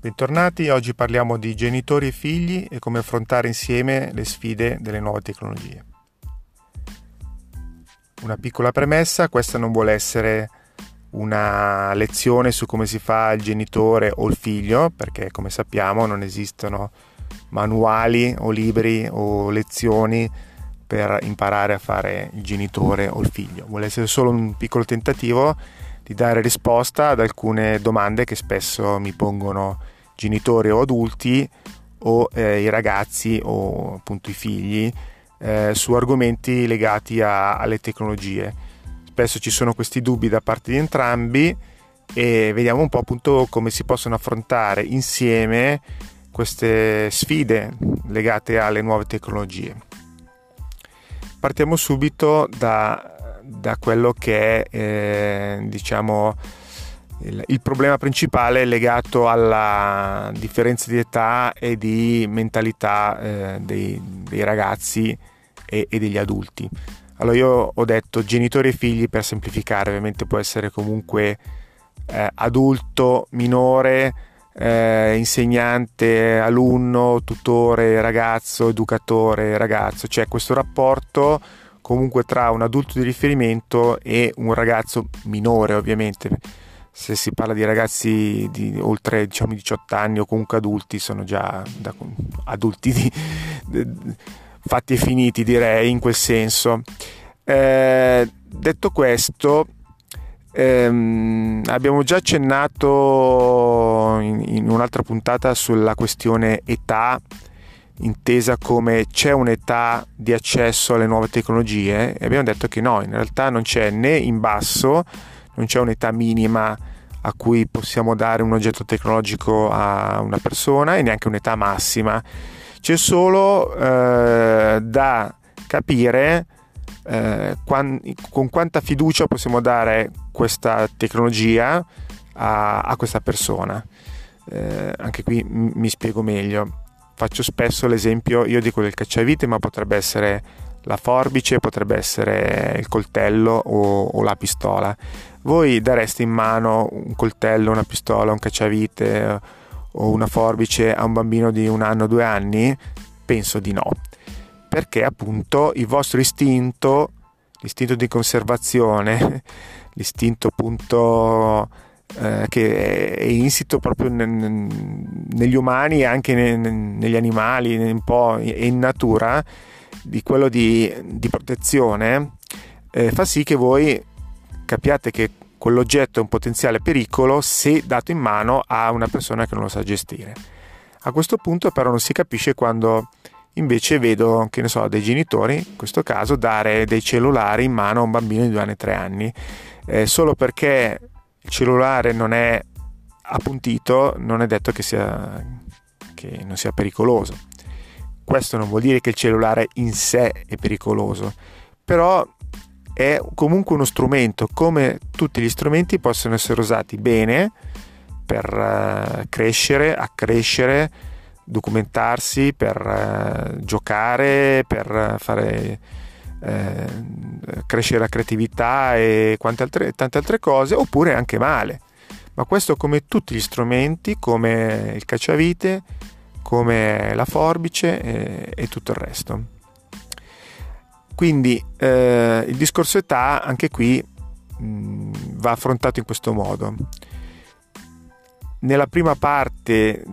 Bentornati, oggi parliamo di genitori e figli e come affrontare insieme le sfide delle nuove tecnologie. Una piccola premessa: questa non vuole essere una lezione su come si fa il genitore o il figlio, perché come sappiamo non esistono manuali o libri o lezioni per imparare a fare il genitore o il figlio. Vuole essere solo un piccolo tentativo di dare risposta ad alcune domande che spesso mi pongono genitori o adulti o i ragazzi o appunto i figli su argomenti legati alle tecnologie. Spesso ci sono questi dubbi da parte di entrambi e vediamo un po' appunto come si possono affrontare insieme queste sfide legate alle nuove tecnologie. Partiamo subito da quello che è il problema principale legato alla differenza di età e di mentalità dei ragazzi e degli adulti. Allora, io ho detto genitori e figli per semplificare, ovviamente può essere comunque adulto, minore, insegnante, alunno, tutore, ragazzo, educatore, ragazzo. C'è questo rapporto comunque tra un adulto di riferimento e un ragazzo minore, ovviamente. Se si parla di ragazzi di oltre 18 anni o comunque adulti, sono già adulti fatti e finiti, direi, in quel senso. Detto questo, abbiamo già accennato in un'altra puntata sulla questione età, intesa come c'è un'età di accesso alle nuove tecnologie, e abbiamo detto che no, in realtà non c'è né in basso, non c'è un'età minima a cui possiamo dare un oggetto tecnologico a una persona e neanche un'età massima. C'è solo da capire con quanta fiducia possiamo dare questa tecnologia a questa persona. Anche qui mi spiego meglio. Faccio spesso l'esempio, io dico del cacciavite, ma potrebbe essere la forbice, potrebbe essere il coltello o la pistola. Voi dareste in mano un coltello, una pistola, un cacciavite o una forbice a un bambino di 1 anno, 2 anni? Penso di no, perché appunto il vostro istinto, l'istinto di conservazione, l'istinto appunto che è insito proprio negli umani e anche negli animali, un po' in natura, di quello di protezione, fa sì che voi capiate che quell'oggetto è un potenziale pericolo se dato in mano a una persona che non lo sa gestire. A questo punto però non si capisce quando invece vedo, che ne so, dei genitori, in questo caso, dare dei cellulari in mano a un bambino di 2 anni, 3 anni, solo perché il cellulare non è appuntito, non è detto che non sia pericoloso. Questo non vuol dire che il cellulare in sé è pericoloso, però è comunque uno strumento. Come tutti gli strumenti possono essere usati bene per crescere, accrescere, documentarsi, per giocare, per fare crescere la creatività e tante altre cose, oppure anche male. Ma questo come tutti gli strumenti, come il cacciavite, come la forbice e tutto il resto. Quindi il discorso età anche qui va affrontato in questo modo. Nella prima parte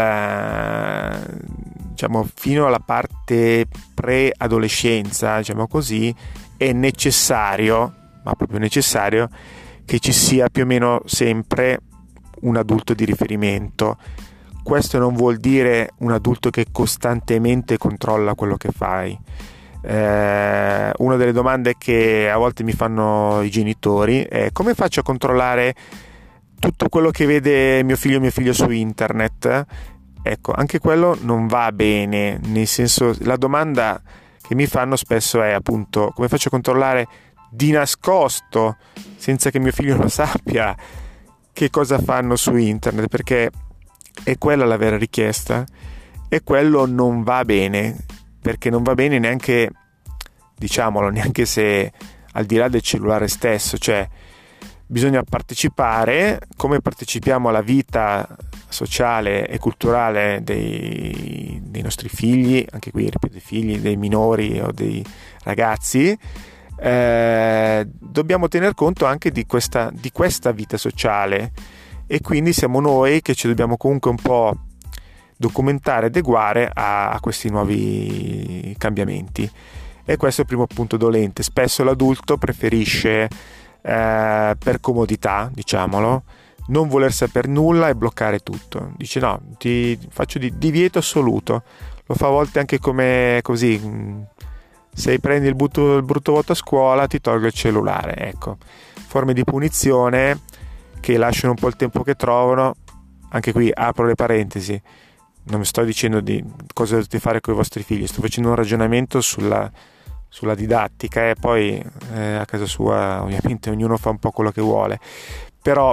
fino alla parte pre-adolescenza, diciamo così, è necessario, ma proprio necessario, che ci sia più o meno sempre un adulto di riferimento. Questo non vuol dire un adulto che costantemente controlla quello che fai. Una delle domande che a volte mi fanno i genitori è: come faccio a controllare tutto quello che vede mio figlio su internet? Ecco, anche quello non va bene, nel senso, la domanda che mi fanno spesso è appunto: come faccio a controllare di nascosto, senza che mio figlio lo sappia, che cosa fanno su internet? Perché è quella la vera richiesta, e quello non va bene, perché non va bene neanche, diciamolo, neanche se al di là del cellulare stesso, cioè bisogna partecipare come partecipiamo alla vita sociale e culturale dei nostri figli, anche qui ripeto, i figli dei minori o dei ragazzi, dobbiamo tener conto anche di questa vita sociale, e quindi siamo noi che ci dobbiamo comunque un po' documentare, adeguare a questi nuovi cambiamenti. E questo è il primo punto dolente. Spesso l'adulto preferisce, per comodità, diciamolo, non voler sapere nulla e bloccare tutto. Dice no, ti faccio divieto assoluto. Lo fa a volte anche come così: se prendi il brutto voto a scuola ti tolgo il cellulare. Ecco, forme di punizione che lasciano un po' il tempo che trovano. Anche qui apro le parentesi, non mi sto dicendo di cosa dovete fare con i vostri figli, sto facendo un ragionamento sulla didattica, e poi a casa sua ovviamente ognuno fa un po' quello che vuole, però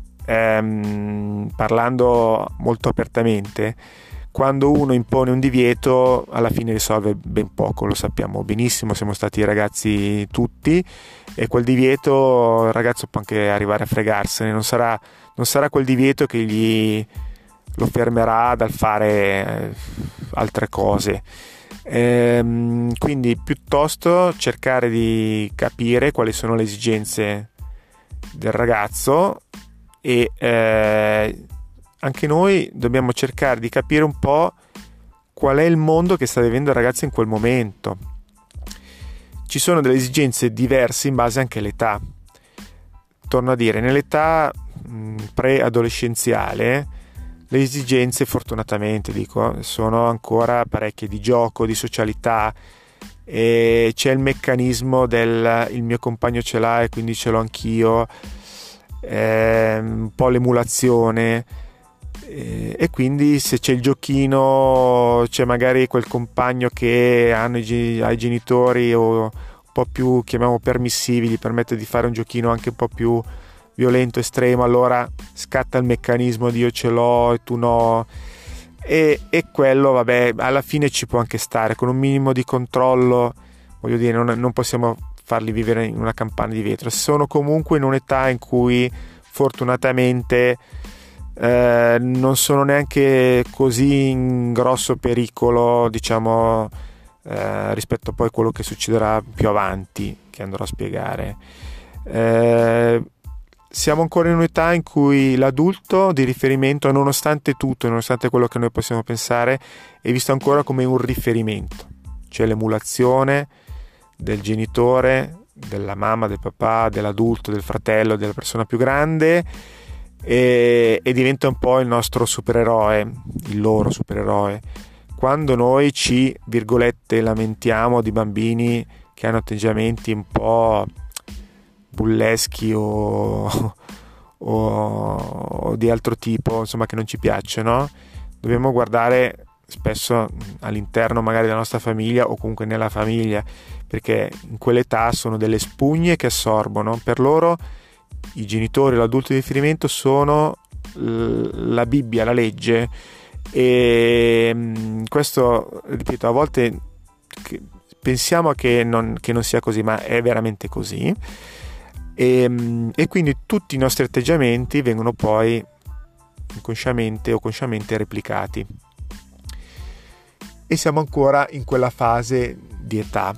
parlando molto apertamente, quando uno impone un divieto alla fine risolve ben poco, lo sappiamo benissimo, siamo stati ragazzi tutti, e quel divieto il ragazzo può anche arrivare a fregarsene, non sarà quel divieto che lo fermerà dal fare altre cose. Quindi piuttosto cercare di capire quali sono le esigenze del ragazzo, e anche noi dobbiamo cercare di capire un po' qual è il mondo che sta vivendo il ragazzo in quel momento. Ci sono delle esigenze diverse in base anche all'età. Torno a dire, nell'età pre-adolescenziale le esigenze, fortunatamente dico, sono ancora parecchie, di gioco, di socialità, e c'è il meccanismo del il mio compagno ce l'ha e quindi ce l'ho anch'io, un po' l'emulazione, e quindi se c'è il giochino, c'è magari quel compagno che ha i genitori o un po' più, chiamiamo, permissivi, gli permette di fare un giochino anche un po' più violento, estremo, allora scatta il meccanismo di io ce l'ho e tu no, e quello vabbè alla fine ci può anche stare, con un minimo di controllo, voglio dire, non possiamo farli vivere in una campana di vetro. Sono comunque in un'età in cui fortunatamente non sono neanche così in grosso pericolo, diciamo, rispetto a poi quello che succederà più avanti, che andrò a spiegare. Siamo ancora in un'età in cui l'adulto di riferimento, nonostante tutto, nonostante quello che noi possiamo pensare, è visto ancora come un riferimento. C'è l'emulazione del genitore, della mamma, del papà, dell'adulto, del fratello, della persona più grande, e diventa un po' il nostro supereroe, il loro supereroe. Quando noi ci, virgolette, lamentiamo di bambini che hanno atteggiamenti un po' bulleschi o di altro tipo, insomma, che non ci piacciono, dobbiamo guardare spesso all'interno magari della nostra famiglia o comunque nella famiglia, perché in quell'età sono delle spugne che assorbono. Per loro i genitori, l'adulto di riferimento sono la Bibbia, la legge, e questo, ripeto, a volte pensiamo che non sia così, ma è veramente così. E quindi tutti i nostri atteggiamenti vengono poi inconsciamente o consciamente replicati, e siamo ancora in quella fase di età.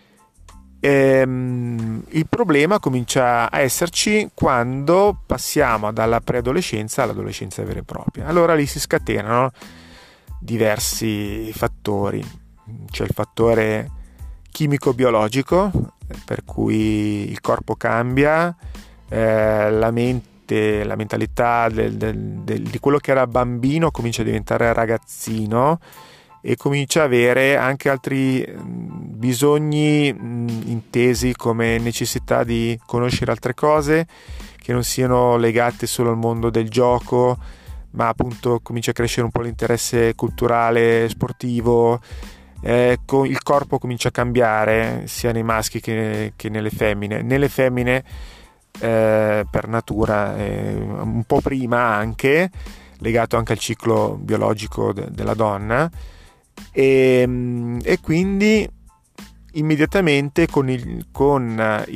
Il problema comincia a esserci quando passiamo dalla preadolescenza all'adolescenza vera e propria. Allora lì si scatenano diversi fattori. C'è il fattore chimico-biologico, per cui il corpo cambia, la mente, la mentalità di quello che era bambino comincia a diventare ragazzino, e comincia a avere anche altri bisogni intesi come necessità di conoscere altre cose che non siano legate solo al mondo del gioco, ma appunto comincia a crescere un po' l'interesse culturale, sportivo. Il corpo comincia a cambiare sia nei maschi che nelle femmine. Nelle femmine per natura, un po' prima, anche legato anche al ciclo biologico della donna, e quindi immediatamente con il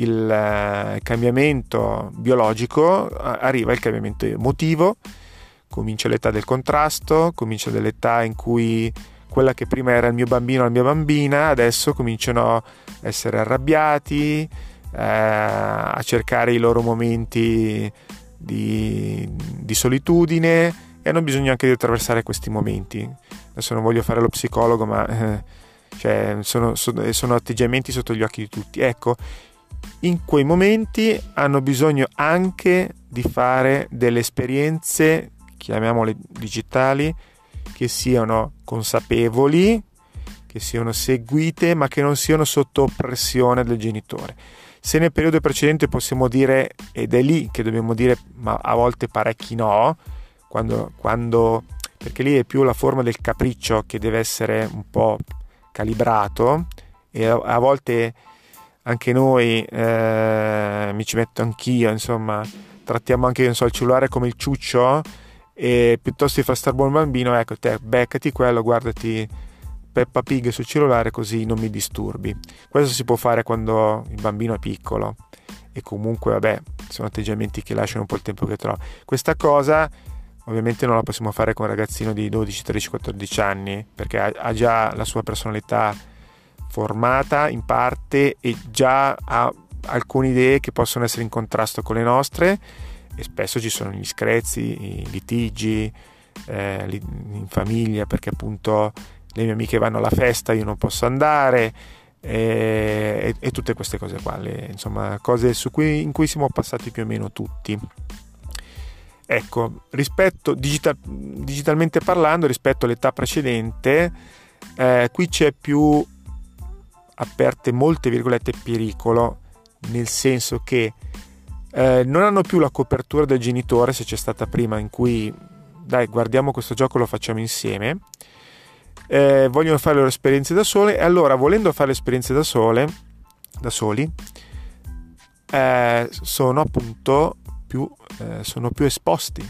cambiamento biologico arriva il cambiamento emotivo, comincia l'età del contrasto, comincia dell'età in cui quella che prima era il mio bambino o la mia bambina adesso cominciano a essere arrabbiati, a cercare i loro momenti di solitudine, e hanno bisogno anche di attraversare questi momenti. Adesso non voglio fare lo psicologo, ma sono atteggiamenti sotto gli occhi di tutti. Ecco, in quei momenti hanno bisogno anche di fare delle esperienze, chiamiamole digitali, che siano consapevoli, che siano seguite, ma che non siano sotto pressione del genitore. Se nel periodo precedente possiamo dire, ed è lì che dobbiamo dire, ma a volte parecchi no, quando perché lì è più la forma del capriccio che deve essere un po' calibrato, e a volte anche noi, mi ci metto anch'io, insomma, trattiamo anche il cellulare come il ciuccio, e piuttosto di far star buono il bambino, ecco, te beccati quello, guardati Peppa Pig sul cellulare così non mi disturbi. Questo si può fare quando il bambino è piccolo, e comunque sono atteggiamenti che lasciano un po' il tempo che trova. Questa cosa ovviamente non la possiamo fare con un ragazzino di 12, 13, 14 anni, perché ha già la sua personalità formata in parte e già ha alcune idee che possono essere in contrasto con le nostre, e spesso ci sono gli screzi, i litigi in famiglia, perché appunto le mie amiche vanno alla festa, io non posso andare, e tutte queste cose qua, insomma cose in cui siamo passati più o meno tutti. Ecco, digitalmente parlando, rispetto all'età precedente, qui c'è più, aperte molte virgolette, pericolo, nel senso che non hanno più la copertura del genitore, se c'è stata prima, in cui dai, guardiamo questo gioco, lo facciamo insieme. Vogliono fare le loro esperienze da sole, e allora, volendo fare le esperienze da soli, sono appunto sono più esposti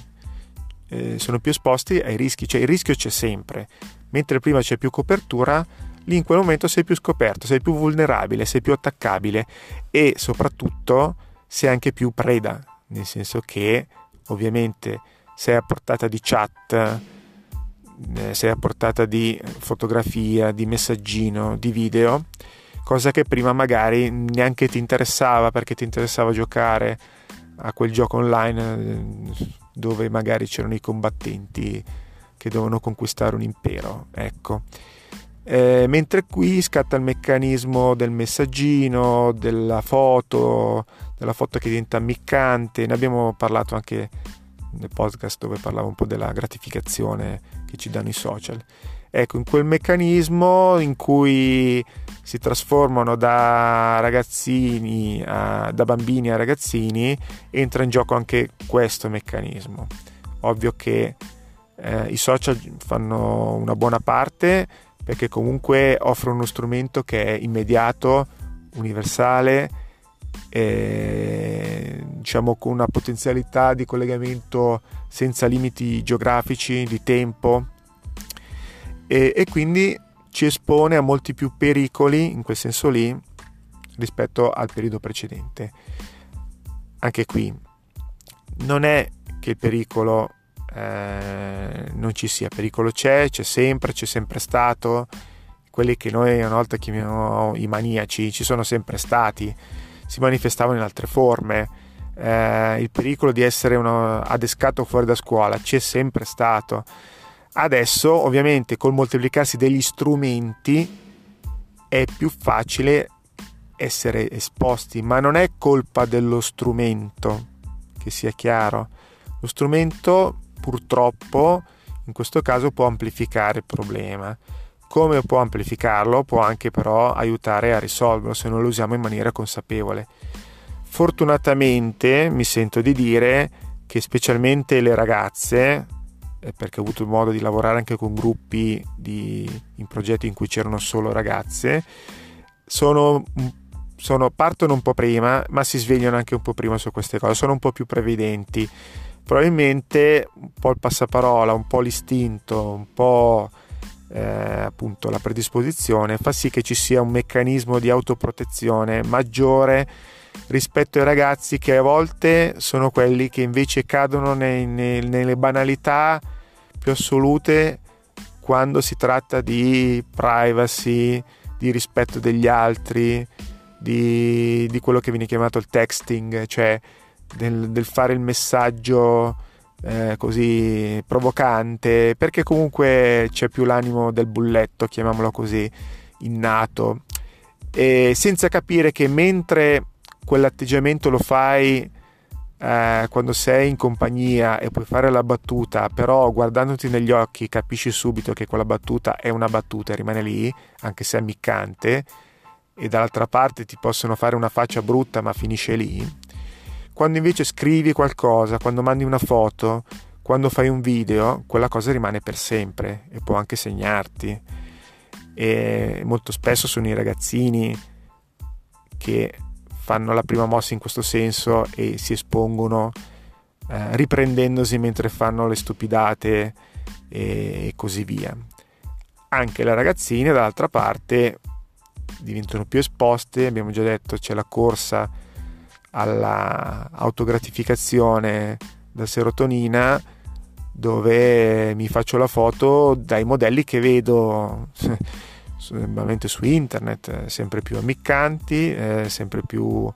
ai rischi. Cioè il rischio c'è sempre, mentre prima c'è più copertura, lì in quel momento sei più scoperto, sei più vulnerabile, sei più attaccabile, e soprattutto sei anche più preda, nel senso che ovviamente sei a portata di chat, sei a portata di fotografia, di messaggino, di video, cosa che prima magari neanche ti interessava, perché ti interessava giocare a quel gioco online dove magari c'erano i combattenti che dovevano conquistare un impero, ecco. Mentre qui scatta il meccanismo del messaggino, della foto che diventa ammiccante. Ne abbiamo parlato anche nel podcast dove parlavo un po' della gratificazione che ci danno i social. Ecco, in quel meccanismo in cui si trasformano da bambini a ragazzini, entra in gioco anche questo meccanismo. Ovvio che i social fanno una buona parte, perché comunque offrono uno strumento che è immediato, universale, diciamo con una potenzialità di collegamento senza limiti geografici, di tempo, e quindi ci espone a molti più pericoli in quel senso lì rispetto al periodo precedente. Anche qui non è che il pericolo non ci sia, pericolo c'è sempre stato. Quelli che noi una volta chiamiamo i maniaci ci sono sempre stati, si manifestavano in altre forme. Il pericolo di essere adescato fuori da scuola c'è sempre stato. Adesso ovviamente col moltiplicarsi degli strumenti è più facile essere esposti, ma non è colpa dello strumento, che sia chiaro. Lo strumento purtroppo in questo caso può amplificare il problema. Come può amplificarlo? Può anche però aiutare a risolverlo se non lo usiamo in maniera consapevole. Fortunatamente mi sento di dire che specialmente le ragazze, perché ho avuto modo di lavorare anche con gruppi in progetti in cui c'erano solo ragazze, partono un po' prima, ma si svegliano anche un po' prima su queste cose, sono un po' più prevedenti. Probabilmente un po' il passaparola, un po' l'istinto, un po' appunto la predisposizione fa sì che ci sia un meccanismo di autoprotezione maggiore rispetto ai ragazzi che a volte sono quelli che invece cadono nelle banalità più assolute quando si tratta di privacy, di rispetto degli altri, di quello che viene chiamato il texting, cioè del fare il messaggio così provocante, perché comunque c'è più l'animo del bulletto, chiamiamolo così, innato, e senza capire che mentre quell'atteggiamento lo fai quando sei in compagnia e puoi fare la battuta, però guardandoti negli occhi capisci subito che quella battuta è una battuta e rimane lì, anche se ammiccante, e dall'altra parte ti possono fare una faccia brutta ma finisce lì. Quando invece scrivi qualcosa, quando mandi una foto, quando fai un video, quella cosa rimane per sempre e può anche segnarti. E molto spesso sono i ragazzini che fanno la prima mossa in questo senso e si espongono riprendendosi mentre fanno le stupidate e così via. Anche le ragazzine dall'altra parte diventano più esposte, abbiamo già detto c'è la corsa alla autogratificazione da serotonina, dove mi faccio la foto dai modelli che vedo solamente su internet, sempre più ammiccanti, sempre più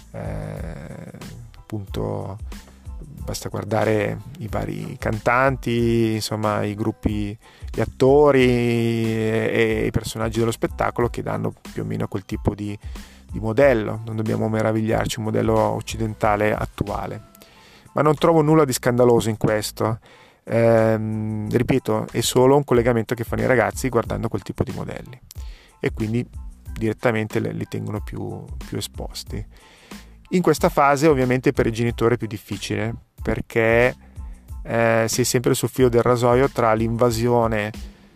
appunto, basta guardare i vari cantanti, insomma i gruppi, gli attori e i personaggi dello spettacolo che danno più o meno quel tipo di modello. Non dobbiamo meravigliarci, un modello occidentale attuale, ma non trovo nulla di scandaloso in questo. Ripeto, è solo un collegamento che fanno i ragazzi guardando quel tipo di modelli e quindi direttamente li tengono più esposti. In questa fase ovviamente per il genitore è più difficile, perché sei sempre sul filo del rasoio tra l'invasione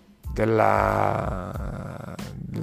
della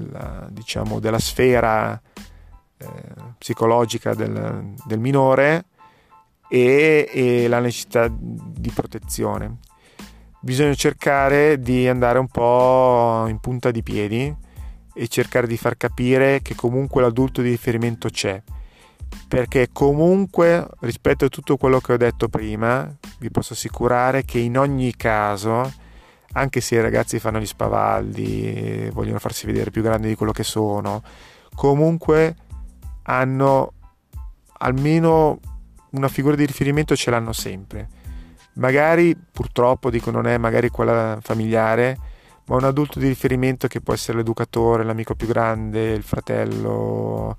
sfera psicologica del minore e la necessità di protezione. Bisogna cercare di andare un po' in punta di piedi e cercare di far capire che comunque l'adulto di riferimento c'è, perché comunque rispetto a tutto quello che ho detto prima vi posso assicurare che in ogni caso, anche se i ragazzi fanno gli spavaldi, vogliono farsi vedere più grandi di quello che sono, comunque hanno almeno una figura di riferimento, ce l'hanno sempre. Magari purtroppo dico non è magari quella familiare, ma un adulto di riferimento che può essere l'educatore, l'amico più grande, il fratello,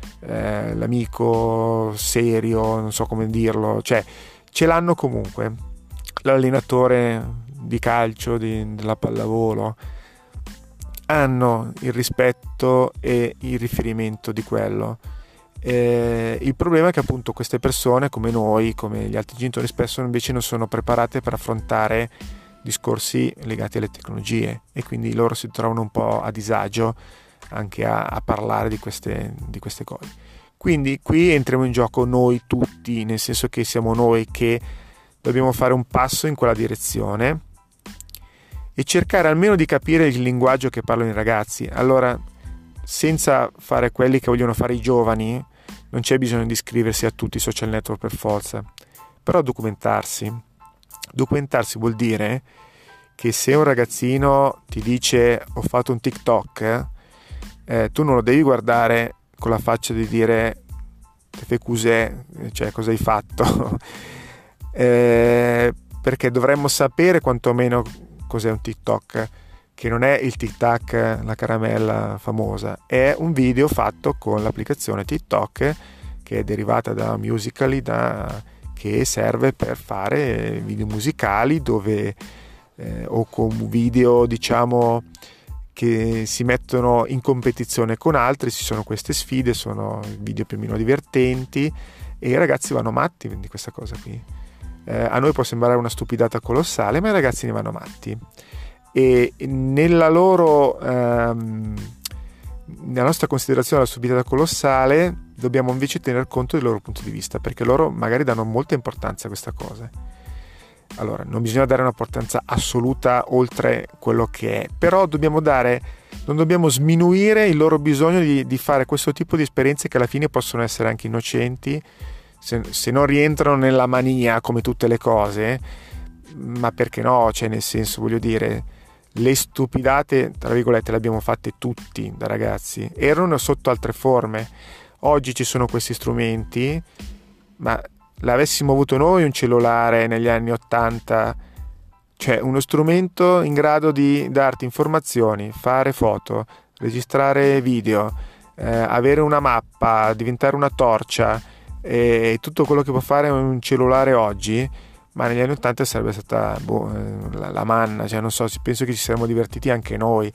l'amico serio, non so come dirlo, cioè ce l'hanno comunque. L'allenatore di calcio, della pallavolo, hanno il rispetto e il riferimento di quello. Il problema è che appunto queste persone, come noi, come gli altri genitori, spesso invece non sono preparate per affrontare discorsi legati alle tecnologie e quindi loro si trovano un po' a disagio anche a parlare di queste cose. Quindi qui entriamo in gioco noi tutti, nel senso che siamo noi che dobbiamo fare un passo in quella direzione e cercare almeno di capire il linguaggio che parlano i ragazzi. Allora, senza fare quelli che vogliono fare i giovani, non c'è bisogno di iscriversi a tutti i social network per forza, però documentarsi vuol dire che se un ragazzino ti dice ho fatto un TikTok, tu non lo devi guardare con la faccia di dire te fai cos'è, cioè cosa hai fatto perché dovremmo sapere quantomeno cos'è un TikTok, che non è il Tic Tac, la caramella famosa, è un video fatto con l'applicazione TikTok che è derivata da Musical.ly, che serve per fare video musicali dove o con video diciamo che si mettono in competizione con altri, ci sono queste sfide, sono video più o meno divertenti e i ragazzi vanno matti di questa cosa qui. A noi può sembrare una stupidata colossale, ma i ragazzi ne vanno matti. E nella nostra considerazione della stupidità colossale dobbiamo invece tener conto del loro punto di vista, perché loro magari danno molta importanza a questa cosa. Allora, non bisogna dare un'importanza assoluta oltre quello che è, però non dobbiamo sminuire il loro bisogno di fare questo tipo di esperienze che alla fine possono essere anche innocenti, se non rientrano nella mania come tutte le cose, ma perché no? Cioè, nel senso, voglio dire, le stupidate, tra virgolette, le abbiamo fatte tutti da ragazzi, erano sotto altre forme. Oggi ci sono questi strumenti, ma l'avessimo avuto noi un cellulare negli anni 80, cioè uno strumento in grado di darti informazioni, fare foto, registrare video, avere una mappa, diventare una torcia, e tutto quello che può fare un cellulare oggi, ma negli anni 80 sarebbe stata la manna, cioè non so, penso che ci saremmo divertiti anche noi.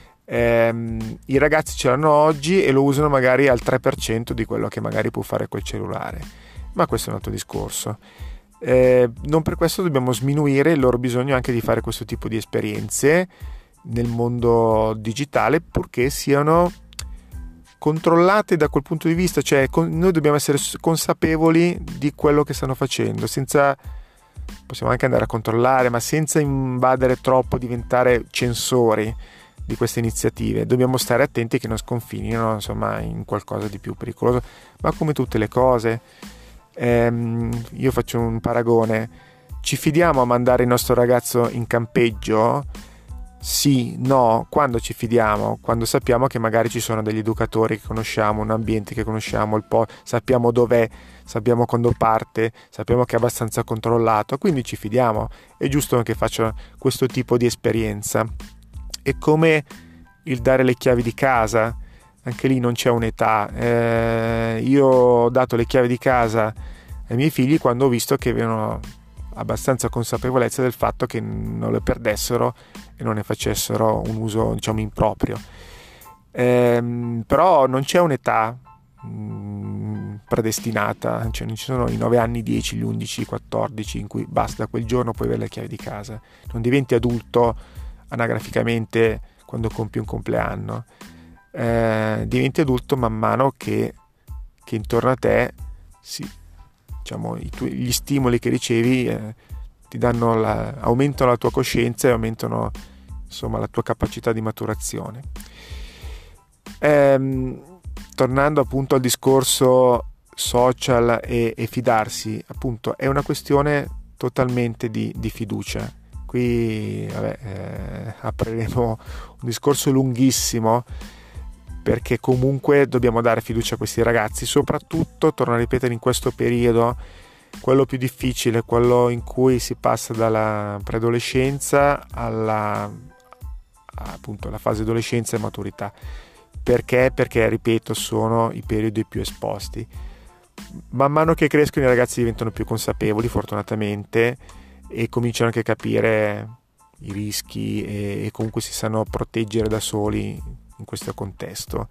I ragazzi ce l'hanno oggi e lo usano magari al 3% di quello che magari può fare quel cellulare, ma questo è un altro discorso. Non per questo dobbiamo sminuire il loro bisogno anche di fare questo tipo di esperienze nel mondo digitale, purché siano controllate da quel punto di vista, cioè noi dobbiamo essere consapevoli di quello che stanno facendo, possiamo anche andare a controllare, ma senza invadere troppo, diventare censori di queste iniziative. Dobbiamo stare attenti che non sconfinino, insomma, in qualcosa di più pericoloso, ma come tutte le cose. Io faccio un paragone: ci fidiamo a mandare il nostro ragazzo in campeggio? Sì, no. Quando ci fidiamo? Quando sappiamo che magari ci sono degli educatori che conosciamo, un ambiente che conosciamo, sappiamo dov'è, sappiamo quando parte, sappiamo che è abbastanza controllato, quindi ci fidiamo. È giusto che faccia questo tipo di esperienza. È come il dare le chiavi di casa, anche lì non c'è un'età. Io ho dato le chiavi di casa ai miei figli quando ho visto che avevano abbastanza consapevolezza del fatto che non le perdessero e non ne facessero un uso, diciamo, improprio. Però non c'è un'età predestinata, cioè non ci sono i 9 anni, 10, gli 11, 14 in cui basta, quel giorno puoi avere le chiavi di casa. Non diventi adulto anagraficamente quando compi un compleanno, diventi adulto man mano che intorno a te diciamo, gli stimoli che ricevi ti aumentano la tua coscienza e aumentano, insomma, la tua capacità di maturazione. Tornando appunto al discorso social e fidarsi, appunto è una questione totalmente di fiducia. Qui apriremo un discorso lunghissimo, perché comunque dobbiamo dare fiducia a questi ragazzi, soprattutto, torno a ripetere, in questo periodo, quello più difficile, quello in cui si passa dalla preadolescenza appunto alla fase adolescenza e maturità. Perché? Ripeto, sono i periodi più esposti. Man mano che crescono i ragazzi diventano più consapevoli, fortunatamente, e cominciano anche a capire i rischi e comunque si sanno proteggere da soli in questo contesto.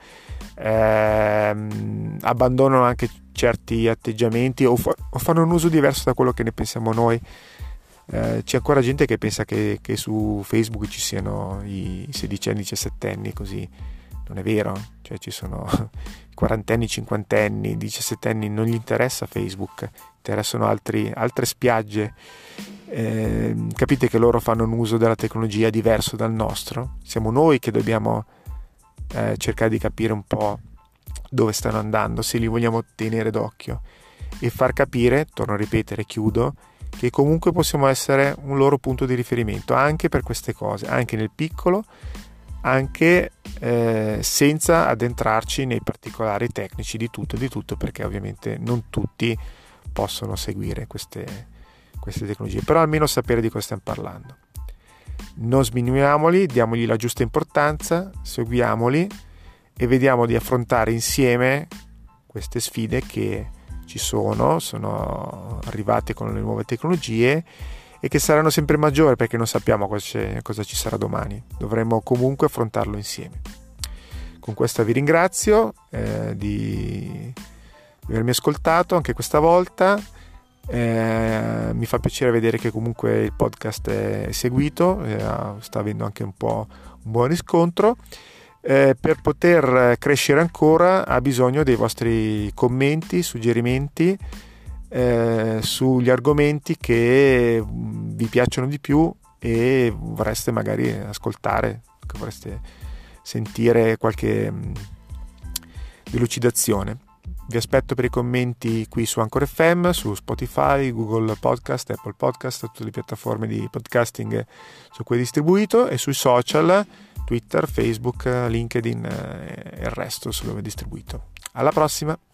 Abbandonano anche certi atteggiamenti o fanno un uso diverso da quello che ne pensiamo noi. C'è ancora gente che pensa che su Facebook ci siano i 16enni, 17enni, così non è vero. Cioè ci sono i 40enni, 50enni, 17enni, non gli interessa Facebook, interessano altre spiagge. Capite che loro fanno un uso della tecnologia diverso dal nostro. Siamo noi che dobbiamo cercare di capire un po' dove stanno andando, se li vogliamo tenere d'occhio e far capire, torno a ripetere, chiudo, che comunque possiamo essere un loro punto di riferimento anche per queste cose, anche nel piccolo, anche senza addentrarci nei particolari tecnici di tutto, perché ovviamente non tutti possono seguire queste tecnologie, però almeno sapere di cosa stiamo parlando. Non sminuiamoli, diamogli la giusta importanza, seguiamoli e vediamo di affrontare insieme queste sfide che ci sono arrivate con le nuove tecnologie e che saranno sempre maggiori, perché non sappiamo cosa ci sarà domani. Dovremo comunque affrontarlo insieme. Con questo vi ringrazio di avermi ascoltato anche questa volta. Mi fa piacere vedere che comunque il podcast è seguito, sta avendo anche un buon riscontro. Per poter crescere ancora ha bisogno dei vostri commenti, suggerimenti, sugli argomenti che vi piacciono di più e vorreste magari ascoltare, che vorreste sentire qualche delucidazione. Vi aspetto per i commenti qui su Anchor FM, su Spotify, Google Podcast, Apple Podcast, tutte le piattaforme di podcasting su cui è distribuito, e sui social, Twitter, Facebook, LinkedIn e il resto su dove è distribuito. Alla prossima!